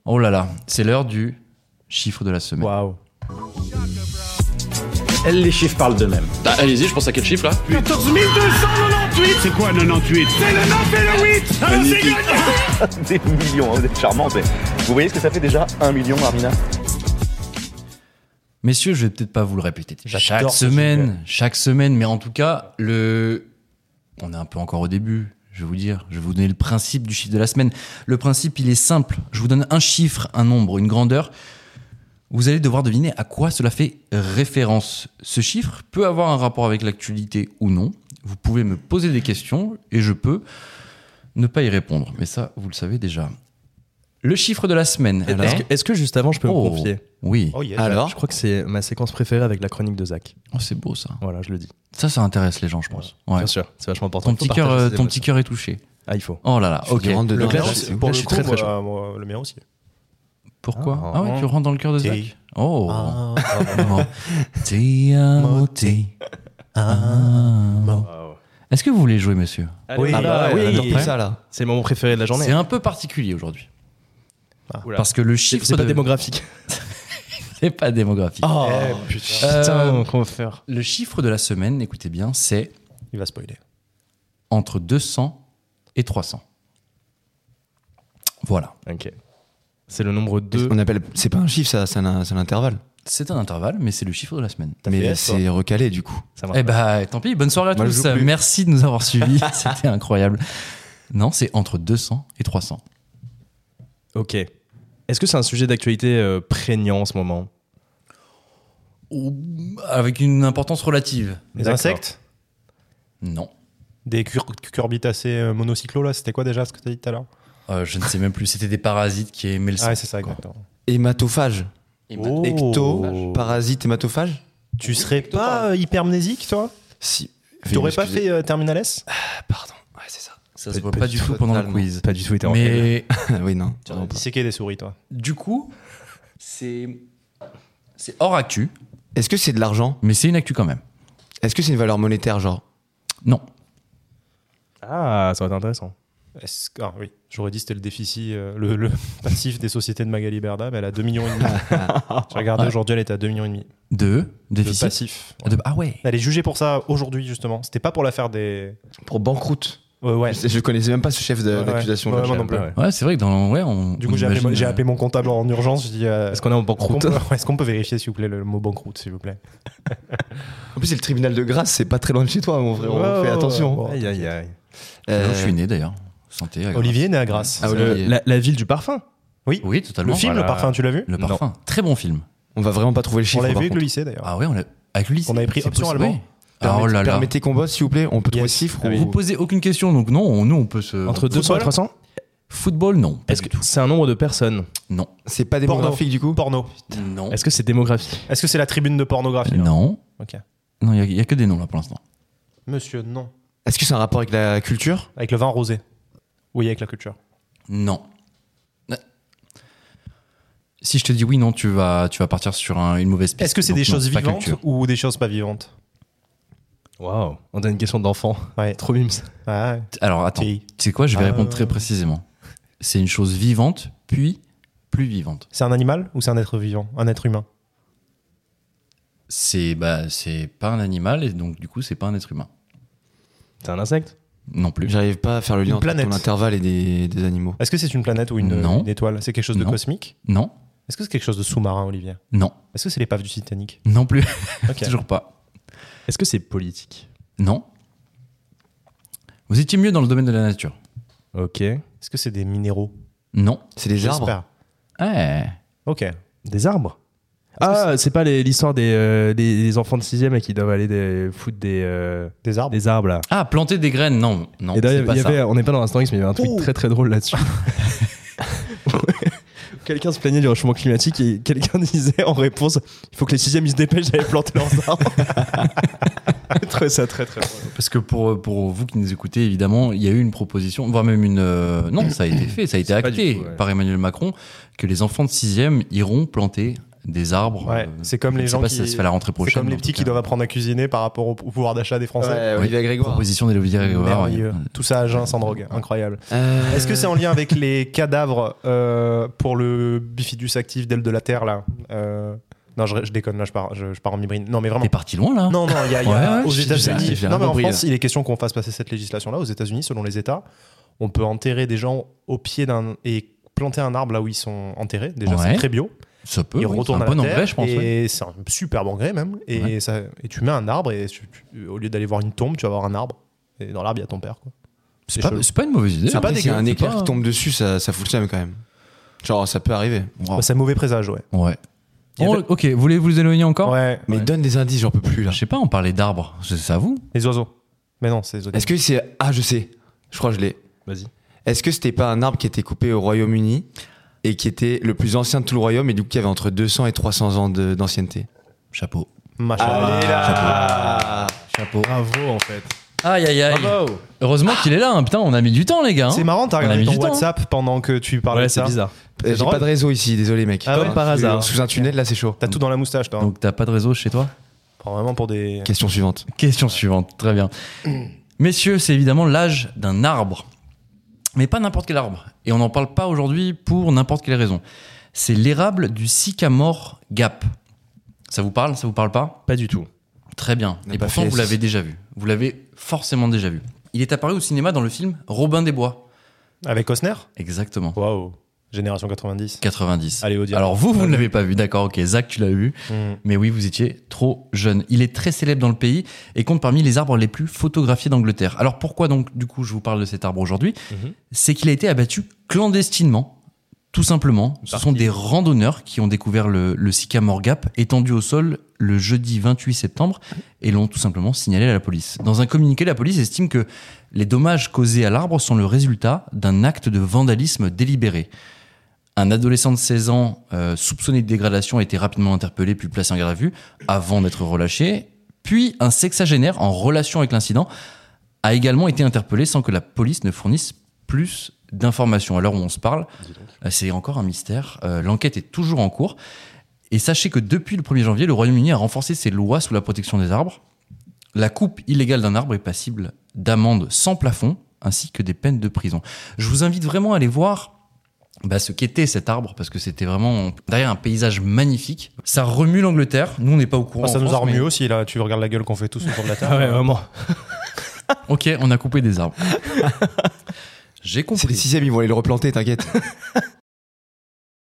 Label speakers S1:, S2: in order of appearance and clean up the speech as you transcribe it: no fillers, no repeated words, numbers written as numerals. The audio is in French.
S1: Oh là là, c'est l'heure du chiffre de la semaine.
S2: Waouh.
S3: Les chiffres parlent d'eux-mêmes.
S4: Ah, allez-y, je pense à quel chiffre là
S5: 14 298. C'est quoi 98? C'est le 9 et le 8. Alors c'est gagné.
S3: Des millions, vous êtes charmants, mais vous voyez ce que ça fait déjà 1 million, Armina?
S1: Messieurs, je vais peut-être pas vous le répéter chaque semaine, mais en tout cas, on est un peu encore au début. Je vais vous donner le principe du chiffre de la semaine. Le principe, il est simple. Je vous donne un chiffre, un nombre, une grandeur. Vous allez devoir deviner à quoi cela fait référence. Ce chiffre peut avoir un rapport avec l'actualité ou non. Vous pouvez me poser des questions et je peux ne pas y répondre. Mais ça, vous le savez déjà. Le chiffre de la semaine.
S2: Est-ce que juste avant, je peux me confier?
S1: Oui.
S2: Oh, yes. Alors, je crois que c'est ma séquence préférée avec la chronique de Zach.
S1: Oh, c'est beau ça.
S2: Voilà, je le dis.
S1: Ça intéresse les gens, je pense. Ouais.
S2: Bien sûr, c'est vachement important.
S1: Ton petit cœur est touché.
S2: Ah, il faut.
S1: Oh là là, ok.
S2: Pour je suis très très chaud.
S6: Moi, le mien aussi.
S1: Pourquoi? Ah ouais, tu rentres dans le cœur de Zach? Oh. Ti amo, ti amo. Est-ce que vous voulez jouer, monsieur?
S2: Oui,
S1: oui.
S2: Ça là. C'est le moment préféré de la journée.
S1: C'est un peu particulier aujourd'hui. Parce que le chiffre.
S2: C'est pas démographique.
S1: C'est pas démographique.
S2: Oh putain, qu'on va faire.
S1: Le chiffre de la semaine, écoutez bien, c'est.
S6: Il va spoiler.
S1: Entre 200 et 300. Voilà.
S2: Ok. C'est le nombre 2.
S7: C'est pas un chiffre, ça, c'est un intervalle.
S1: C'est un intervalle, mais c'est le chiffre de la semaine.
S7: Mais c'est recalé du coup.
S1: Eh bah, tant pis, bonne soirée à tous. Merci de nous avoir suivis. C'était incroyable. Non, c'est entre 200 et 300.
S2: Ok. Est-ce que c'est un sujet d'actualité prégnant en ce moment?
S1: Avec une importance relative.
S6: Des insectes?
S1: Non.
S6: Des cucurbitacées monocyclos, là, c'était quoi déjà ce que tu as dit tout à l'heure?
S1: Je ne sais même plus. C'était des parasites qui aimaient le sang.
S6: Ah, c'est ça, exactement.
S7: Hématophage.
S6: Oh.
S7: Ecto, parasite, hématophage.
S6: Tu serais pas hypermnésique, toi?
S7: Si.
S6: Tu aurais pas fait Terminal S?
S7: Pardon, ouais, c'est ça.
S1: Ça se voit pas du tout pendant le quiz.
S2: Pas du tout,
S1: mais
S7: oui, non.
S6: Tu as disséqué des souris, toi.
S1: Du coup, c'est hors actu.
S7: Est-ce que c'est de l'argent?
S1: Mais c'est une actu quand même.
S7: Est-ce que c'est une valeur monétaire, genre?
S1: Non.
S2: Ah, ça va être intéressant.
S6: Ah oui, j'aurais dit c'était le déficit, le passif des sociétés de Magali Berda, mais elle a 2,5 millions. J'ai regardé aujourd'hui, elle était à 2,5 millions.
S1: De déficit
S6: passif.
S1: Ouais. Ah ouais.
S6: Elle est jugée pour ça aujourd'hui, justement. C'était pas pour l'affaire des.
S7: Pour banqueroute.
S6: Ouais.
S7: Je connaissais même pas ce chef d'accusation.
S6: Ouais, moi non plus.
S1: Ouais, c'est vrai que on.
S6: Du coup, j'ai appelé mon comptable en urgence. Je dis.
S2: Est-ce qu'on est en banqueroute?
S6: Est-ce qu'on peut vérifier, s'il vous plaît, le mot banqueroute, s'il vous plaît?
S7: En plus, c'est le tribunal de grâce, c'est pas très loin de chez toi, mon frère. On fait attention.
S2: Aïe, aïe, aïe.
S1: Je suis né d'ailleurs. Santé.
S6: Olivier né à Grasse.
S2: La ville du parfum.
S6: Oui,
S1: totalement.
S6: Le film, Le Parfum, tu l'as vu?
S1: Le Parfum. Très bon film.
S7: On va vraiment pas trouver le chiffre.
S6: On l'avait vu avec le lycée d'ailleurs.
S1: Ah ouais, avec le lycée.
S6: On avait pris option allemand.
S1: Oh là là.
S7: Permettez qu'on bosse, s'il vous plaît. On peut trouver le chiffre.
S1: Vous posez aucune question, donc non, nous on peut se.
S2: Entre 200 et 300?
S1: Football, non.
S2: Est-ce que c'est un nombre de personnes?
S1: Non.
S7: C'est pas démographique du coup?
S6: Porno.
S1: Non.
S2: Est-ce que c'est démographique?
S6: Est-ce que c'est la tribune de pornographie?
S1: Non.
S6: Ok.
S1: Non, il y a que des noms là pour l'instant.
S6: Monsieur, non.
S7: Est-ce que c'est un rapport avec la culture?
S6: Avec le vin rosé. Oui, avec la culture.
S1: Non. Si je te dis oui, non, tu vas partir sur une mauvaise piste.
S6: Est-ce que c'est des choses vivantes ou des choses pas vivantes?
S2: Waouh, on a une question d'enfant.
S6: Ouais.
S2: Trop mimes.
S6: Ouais.
S1: Alors attends, tu sais quoi, je vais répondre très précisément. C'est une chose vivante, puis plus vivante.
S6: C'est un animal ou c'est un être vivant? Un être humain?
S1: C'est pas un animal et donc du coup c'est pas un être humain.
S2: C'est un insecte?
S1: Non plus.
S7: J'arrive pas à faire le lien entre l'intervalle et des animaux.
S6: Est-ce que c'est une planète ou une étoile? C'est quelque chose de cosmique?
S1: Non.
S6: Est-ce que c'est quelque chose de sous-marin, Olivier?
S1: Non.
S6: Est-ce que c'est l'épave du Titanic?
S1: Non plus.
S6: Okay.
S1: Toujours pas.
S2: Est-ce que c'est politique?
S1: Non. Vous étiez mieux dans le domaine de la nature.
S2: Ok.
S6: Est-ce que c'est des minéraux?
S1: Non.
S7: C'est des arbres?
S1: Ouais.
S6: Ok.
S2: Des arbres? Ah, c'est pas l'histoire des enfants de 6ème qui doivent aller foutre des
S6: arbres?
S2: Des arbres là.
S1: Ah, planter des graines? Non.
S2: Et d'ailleurs, on n'est pas dans l'instant, mais il y avait un tweet très très drôle là-dessus. Quelqu'un se plaignait du réchauffement climatique et quelqu'un disait en réponse, il faut que les 6ème ils se dépêchent d'aller planter leurs arbres. Je trouvais ça très très drôle.
S1: Parce que pour vous qui nous écoutez, évidemment, il y a eu une proposition, voire même non, ça a été fait, ça a été acté par Emmanuel Macron, que les enfants de 6ème iront planter des arbres.
S6: Ouais, c'est comme les
S1: je sais
S6: gens
S1: pas
S6: qui.
S1: si ça se fait à la rentrée
S6: C'est
S1: prochaine.
S6: comme les
S1: en
S6: petits
S1: tout
S6: qui
S1: cas.
S6: doivent apprendre à cuisiner par rapport au pouvoir d'achat des Français.
S7: Ouais, Olivier Grégoire.
S1: Proposition d'Olivier Grégoire.
S6: Merveilleux.
S1: ouais.
S6: Tout ça à jeun sans drogue, incroyable.
S7: Euh,
S6: Est-ce que c'est en lien avec les cadavres pour le bifidus actif d'aile de la Terre là Non, je déconne, là je pars en mibrine. Non, mais vraiment.
S1: T'es parti loin là.
S6: Non, il y a
S1: Ouais,
S6: aux
S1: je suis
S6: États-Unis.
S1: actif, j'ai
S6: Non, mais
S1: rien
S6: en
S1: compris,
S6: France, il est question qu'on fasse passer cette législation-là. Aux États-Unis, selon les États, on peut enterrer des gens au pied et planter un arbre là où ils sont enterrés. Déjà,
S1: Ouais.
S6: c'est très bio.
S1: Ça peut.
S6: Ils
S1: oui,
S6: retournent
S1: c'est
S6: à
S1: un
S6: la
S1: bon
S6: terre
S1: engrais, je pense. ouais.
S6: et c'est un super engrais même. Et,
S1: Ouais.
S6: et tu mets un arbre et au lieu d'aller voir une tombe, tu vas voir un arbre. Et dans l'arbre, il y a ton père. Quoi.
S1: C'est pas une mauvaise idée.
S6: C'est pas
S7: Après, s'il y a un
S6: dégueu,
S7: éclair
S1: pas-
S7: qui tombe dessus, ça fout le seum quand même. Genre, ça peut arriver.
S1: Wow.
S6: Bah, c'est un mauvais présage, ouais.
S1: Ouais.
S6: Il y
S1: Oh,
S6: avait-
S1: ok, vous voulez vous éloigner encore
S6: Ouais.
S7: Mais donne des indices, j'en peux plus là.
S1: Je sais pas, on parlait d'arbres. C'est à vous.
S6: Les oiseaux. Mais non, c'est les oiseaux.
S7: Est-ce que c'est. Ah, je sais. Je crois que je l'ai.
S6: Vas-y.
S7: Est-ce que c'était pas un arbre qui était coupé au Royaume-Uni et qui était le plus ancien de tout le royaume et du coup qui avait entre 200 et 300 ans d'ancienneté?
S1: Chapeau.
S7: là
S1: Chapeau.
S2: Bravo, en fait.
S1: Aïe aïe aïe.
S2: Bravo.
S1: Heureusement qu'il est là. Putain, on a mis du temps, les gars. hein.
S6: C'est marrant, t'as
S1: On a
S6: regardé
S1: mis
S6: ton
S1: du temps,
S6: WhatsApp pendant que tu parlais
S2: Ouais,
S6: de
S2: c'est
S6: ça.
S2: bizarre.
S7: J'ai
S6: drôle.
S7: pas de réseau ici, désolé mec.
S2: Ah ouais, par hasard.
S7: Sous un tunnel là, c'est chaud.
S6: T'as tout dans la moustache, toi.
S1: Donc t'as pas de réseau chez toi?
S6: Prends vraiment pour des.
S7: Question suivante.
S1: Question suivante. Très bien. Messieurs, c'est évidemment l'âge d'un arbre. Mais pas n'importe quel arbre. Et on n'en parle pas aujourd'hui pour n'importe quelle raison. C'est l'érable du Sycamore Gap. Ça vous parle? Ça vous parle pas?
S2: Pas du tout.
S1: Très bien.
S7: On n'a
S1: Et
S7: pas
S1: pourtant,
S7: fait
S1: vous l'avez déjà vu. Vous l'avez forcément déjà vu. Il est apparu au cinéma dans le film Robin des Bois.
S6: Avec Costner.
S1: Exactement.
S6: Waouh. Génération 90.
S1: 90.
S6: Allez, au diable.
S1: Alors vous ne l'avez pas vu, d'accord, ok. Zach, tu l'as vu.
S6: Mm.
S1: Mais oui, vous étiez trop jeune. Il est très célèbre dans le pays et compte parmi les arbres les plus photographiés d'Angleterre. Alors pourquoi donc, du coup, je vous parle de cet arbre aujourd'hui? C'est qu'il a été abattu clandestinement. Tout simplement, ce sont des randonneurs qui ont découvert le Sycamore Gap étendu au sol le jeudi 28 septembre et l'ont tout simplement signalé à la police. Dans un communiqué, la police estime que les dommages causés à l'arbre sont le résultat d'un acte de vandalisme délibéré. Un adolescent de 16 ans soupçonné de dégradation a été rapidement interpellé puis placé en garde à vue avant d'être relâché. Puis un sexagénaire en relation avec l'incident a également été interpellé sans que la police ne fournisse plus d'informations. À l'heure où on se parle, c'est encore un mystère. L'enquête est toujours en cours. Et sachez que depuis le 1er janvier, le Royaume-Uni a renforcé ses lois sous la protection des arbres. La coupe illégale d'un arbre est passible d'amende sans plafond, ainsi que des peines de prison. Je vous invite vraiment à aller voir ce qu'était cet arbre, parce que c'était vraiment derrière un paysage magnifique. Ça remue l'Angleterre. Nous, on n'est pas au courant.
S6: Ah, ça
S1: en
S6: nous a
S1: France,
S6: remué
S1: mais-
S6: aussi, là. Tu regardes la gueule qu'on fait tous autour de la
S2: Ah
S6: table.
S2: ouais, vraiment.
S1: Ok, on a coupé des arbres. J'ai
S7: C'est les
S1: compris.
S7: 6e, ils vont aller le replanter, t'inquiète.